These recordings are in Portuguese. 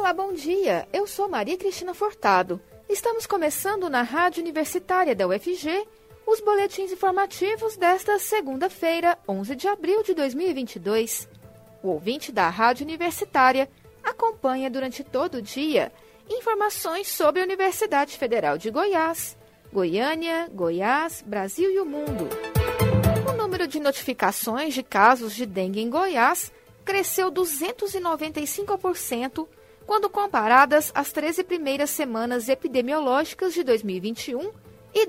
Olá, bom dia. Eu sou Maria Cristina Furtado. Estamos começando na Rádio Universitária da UFG os boletins informativos desta segunda-feira, 11 de abril de 2022. O ouvinte da Rádio Universitária acompanha durante todo o dia informações sobre a Universidade Federal de Goiás, Goiânia, Goiás, Brasil e o mundo. O número de notificações de casos de dengue em Goiás cresceu 295% quando comparadas às 13 primeiras semanas epidemiológicas de 2021 e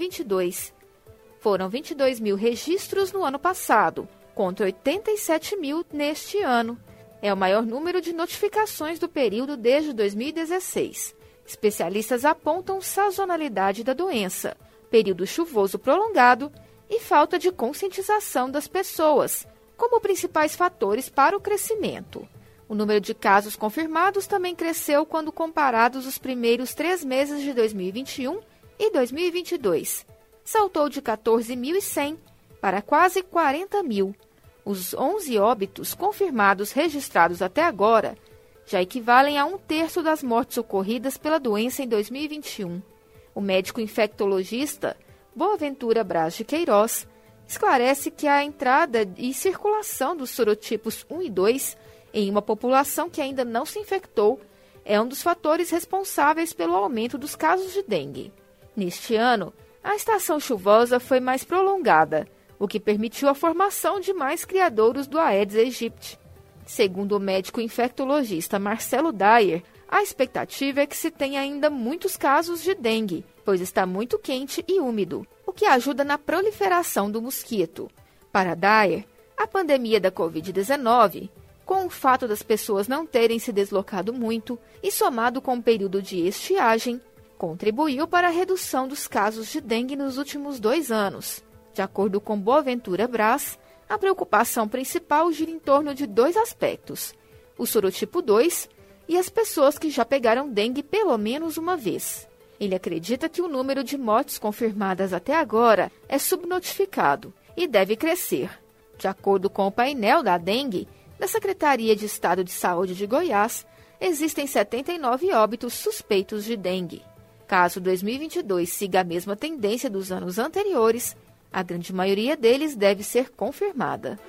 2022. Foram 22 mil registros no ano passado, contra 87 mil neste ano. É o maior número de notificações do período desde 2016. Especialistas apontam sazonalidade da doença, período chuvoso prolongado e falta de conscientização das pessoas, como principais fatores para o crescimento. O número de casos confirmados também cresceu quando comparados os primeiros 3 meses de 2021 e 2022. Saltou de 14.100 para quase 40 mil. Os 11 óbitos confirmados registrados até agora já equivalem a 1/3 das mortes ocorridas pela doença em 2021. O médico infectologista Boaventura Braz de Queiroz esclarece que a entrada e circulação dos sorotipos 1 e 2 em uma população que ainda não se infectou é um dos fatores responsáveis pelo aumento dos casos de dengue. Neste ano, a estação chuvosa foi mais prolongada, o que permitiu a formação de mais criadouros do Aedes aegypti. Segundo o médico infectologista Marcelo Dyer, a expectativa é que se tenha ainda muitos casos de dengue, pois está muito quente e úmido, o que ajuda na proliferação do mosquito. Para Dyer, a pandemia da Covid-19, com o fato das pessoas não terem se deslocado muito e somado com o período de estiagem, contribuiu para a redução dos casos de dengue nos últimos 2 anos. De acordo com Boaventura Braz, a preocupação principal gira em torno de 2 aspectos: o sorotipo 2 e as pessoas que já pegaram dengue pelo menos uma vez. Ele acredita que o número de mortes confirmadas até agora é subnotificado e deve crescer. De acordo com o painel da dengue, da Secretaria de Estado de Saúde de Goiás, existem 79 óbitos suspeitos de dengue. Caso 2022 siga a mesma tendência dos anos anteriores, a grande maioria deles deve ser confirmada.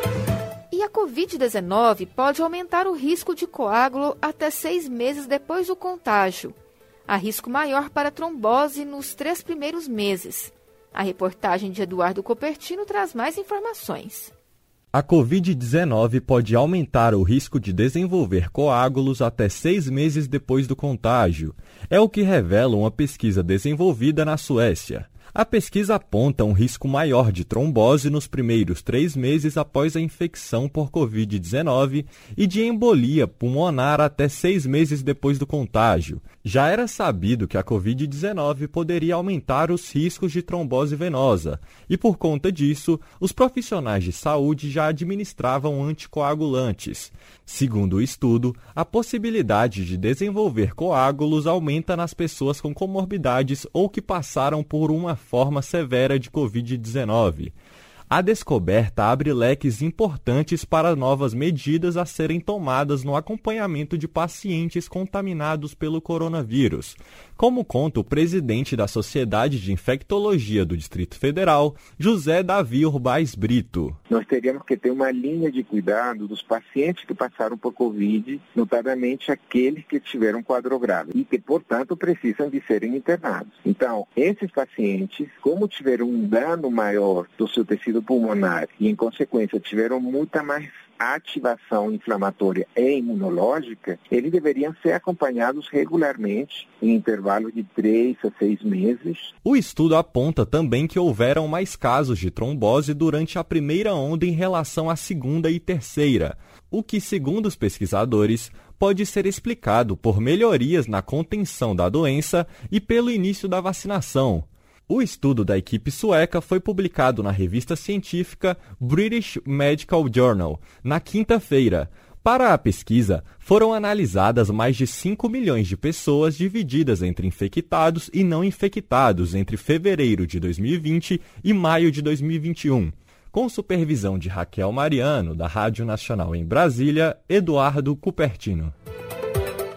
E a Covid-19 pode aumentar o risco de coágulo até 6 meses depois do contágio. Há risco maior para trombose nos 3 primeiros meses. A reportagem de Eduardo Copertino traz mais informações. A Covid-19 pode aumentar o risco de desenvolver coágulos até 6 meses depois do contágio. É o que revela uma pesquisa desenvolvida na Suécia. A pesquisa aponta um risco maior de trombose nos primeiros 3 meses após a infecção por Covid-19 e de embolia pulmonar até 6 meses depois do contágio. Já era sabido que a Covid-19 poderia aumentar os riscos de trombose venosa e, por conta disso, os profissionais de saúde já administravam anticoagulantes. Segundo o estudo, a possibilidade de desenvolver coágulos aumenta nas pessoas com comorbidades ou que passaram por uma forma severa de Covid-19. A descoberta abre leques importantes para novas medidas a serem tomadas no acompanhamento de pacientes contaminados pelo coronavírus, como conta o presidente da Sociedade de Infectologia do Distrito Federal, José Davi Urbais Brito. Nós teríamos que ter uma linha de cuidado dos pacientes que passaram por Covid, notadamente aqueles que tiveram quadro grave e que, portanto, precisam de serem internados. Então, esses pacientes, como tiveram um dano maior do seu tecido pulmonar e, em consequência, tiveram muita mais ativação inflamatória e imunológica, eles deveriam ser acompanhados regularmente em intervalo de 3 a 6 meses. O estudo aponta também que houveram mais casos de trombose durante a primeira onda em relação à segunda e terceira, o que, segundo os pesquisadores, pode ser explicado por melhorias na contenção da doença e pelo início da vacinação. O estudo da equipe sueca foi publicado na revista científica British Medical Journal na quinta-feira. Para a pesquisa, foram analisadas mais de 5 milhões de pessoas divididas entre infectados e não infectados entre fevereiro de 2020 e maio de 2021. Com supervisão de Raquel Mariano, da Rádio Nacional em Brasília, Eduardo Cupertino.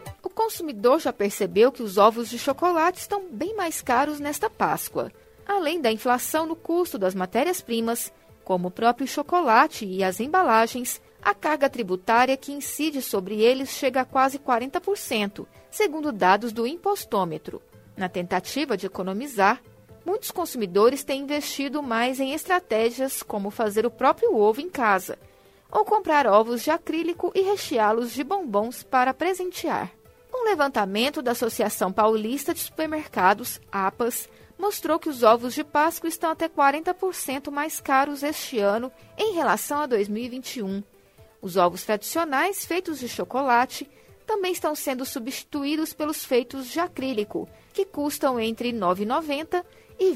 consumidor já percebeu que os ovos de chocolate estão bem mais caros nesta Páscoa. Além da inflação no custo das matérias-primas, como o próprio chocolate e as embalagens, a carga tributária que incide sobre eles chega a quase 40%, segundo dados do Impostômetro. Na tentativa de economizar, muitos consumidores têm investido mais em estratégias como fazer o próprio ovo em casa, ou comprar ovos de acrílico e recheá-los de bombons para presentear. Um levantamento da Associação Paulista de Supermercados, APAS, mostrou que os ovos de Páscoa estão até 40% mais caros este ano em relação a 2021. Os ovos tradicionais, feitos de chocolate, também estão sendo substituídos pelos feitos de acrílico, que custam entre R$ 9,90 e R$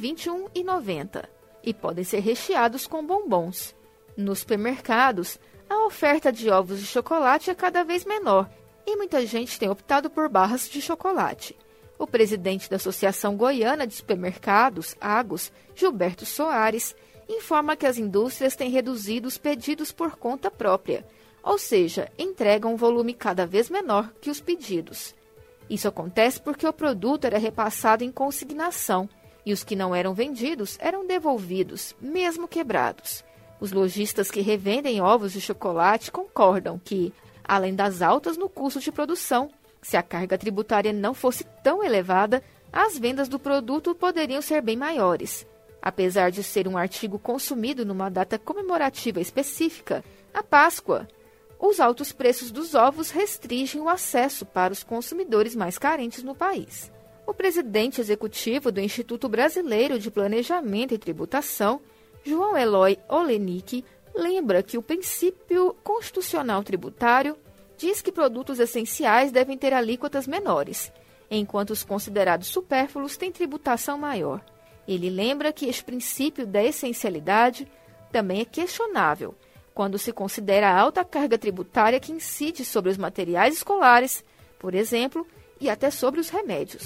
21,90 e podem ser recheados com bombons. Nos supermercados, a oferta de ovos de chocolate é cada vez menor e muita gente tem optado por barras de chocolate. O presidente da Associação Goiana de Supermercados, AGOS, Gilberto Soares, informa que as indústrias têm reduzido os pedidos por conta própria, ou seja, entregam um volume cada vez menor que os pedidos. Isso acontece porque o produto era repassado em consignação e os que não eram vendidos eram devolvidos, mesmo quebrados. Os lojistas que revendem ovos de chocolate concordam que, além das altas no custo de produção, se a carga tributária não fosse tão elevada, as vendas do produto poderiam ser bem maiores. Apesar de ser um artigo consumido numa data comemorativa específica, a Páscoa, os altos preços dos ovos restringem o acesso para os consumidores mais carentes no país. O presidente executivo do Instituto Brasileiro de Planejamento e Tributação, João Eloy Olenik, lembra que o princípio constitucional tributário diz que produtos essenciais devem ter alíquotas menores, enquanto os considerados supérfluos têm tributação maior. Ele lembra que este princípio da essencialidade também é questionável quando se considera a alta carga tributária que incide sobre os materiais escolares, por exemplo, e até sobre os remédios.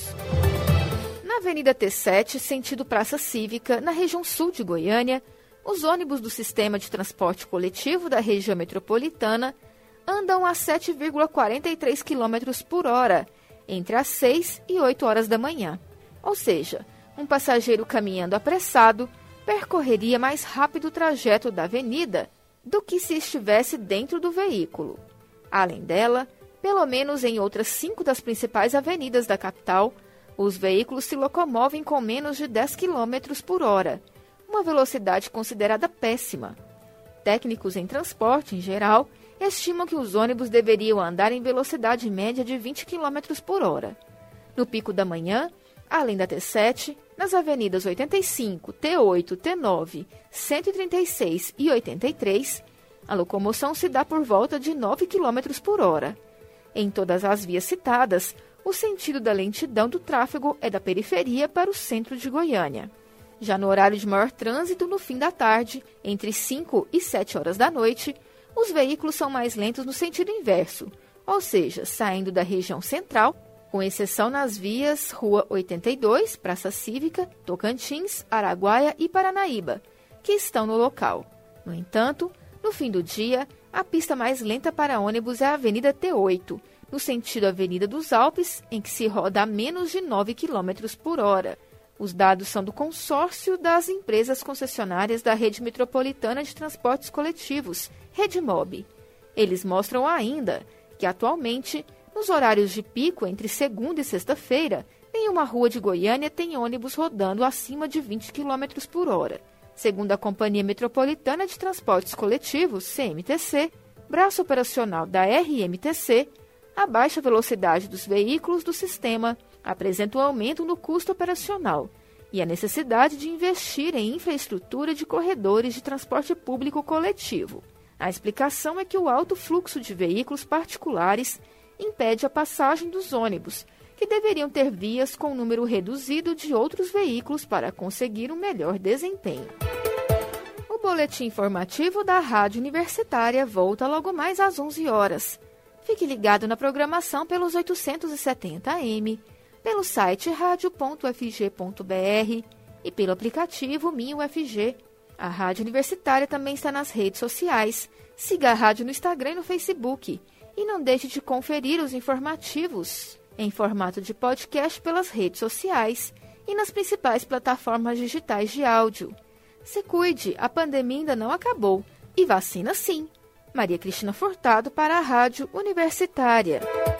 Na Avenida T7, sentido Praça Cívica, na região sul de Goiânia, os ônibus do sistema de transporte coletivo da região metropolitana andam a 7,43 km por hora, entre as 6 e 8 horas da manhã. Ou seja, um passageiro caminhando apressado percorreria mais rápido o trajeto da avenida do que se estivesse dentro do veículo. Além dela, pelo menos em outras 5 das principais avenidas da capital, os veículos se locomovem com menos de 10 km por hora, uma velocidade considerada péssima. Técnicos em transporte, em geral, estimam que os ônibus deveriam andar em velocidade média de 20 km por hora. No pico da manhã, além da T7, nas avenidas 85, T8, T9, 136 e 83, a locomoção se dá por volta de 9 km por hora. Em todas as vias citadas, o sentido da lentidão do tráfego é da periferia para o centro de Goiânia. Já no horário de maior trânsito, no fim da tarde, entre 5 e 7 horas da noite, os veículos são mais lentos no sentido inverso, ou seja, saindo da região central, com exceção nas vias Rua 82, Praça Cívica, Tocantins, Araguaia e Paranaíba, que estão no local. No entanto, no fim do dia, a pista mais lenta para ônibus é a Avenida T8, no sentido Avenida dos Alpes, em que se roda a menos de 9 km por hora. Os dados são do consórcio das empresas concessionárias da Rede Metropolitana de Transportes Coletivos, Redmob. Eles mostram ainda que, atualmente, nos horários de pico entre segunda e sexta-feira, nenhuma rua de Goiânia tem ônibus rodando acima de 20 km por hora. Segundo a Companhia Metropolitana de Transportes Coletivos, CMTC, braço operacional da RMTC, a baixa velocidade dos veículos do sistema apresenta um aumento no custo operacional e a necessidade de investir em infraestrutura de corredores de transporte público coletivo. A explicação é que o alto fluxo de veículos particulares impede a passagem dos ônibus, que deveriam ter vias com número reduzido de outros veículos para conseguir um melhor desempenho. O boletim informativo da Rádio Universitária volta logo mais às 11 horas. Fique ligado na programação pelos 870 AM, pelo site radio.ufg.br e pelo aplicativo Minha UFG. A Rádio Universitária também está nas redes sociais. Siga a rádio no Instagram e no Facebook. E não deixe de conferir os informativos em formato de podcast pelas redes sociais e nas principais plataformas digitais de áudio. Se cuide, a pandemia ainda não acabou. E vacina sim. Maria Cristina Furtado para a Rádio Universitária.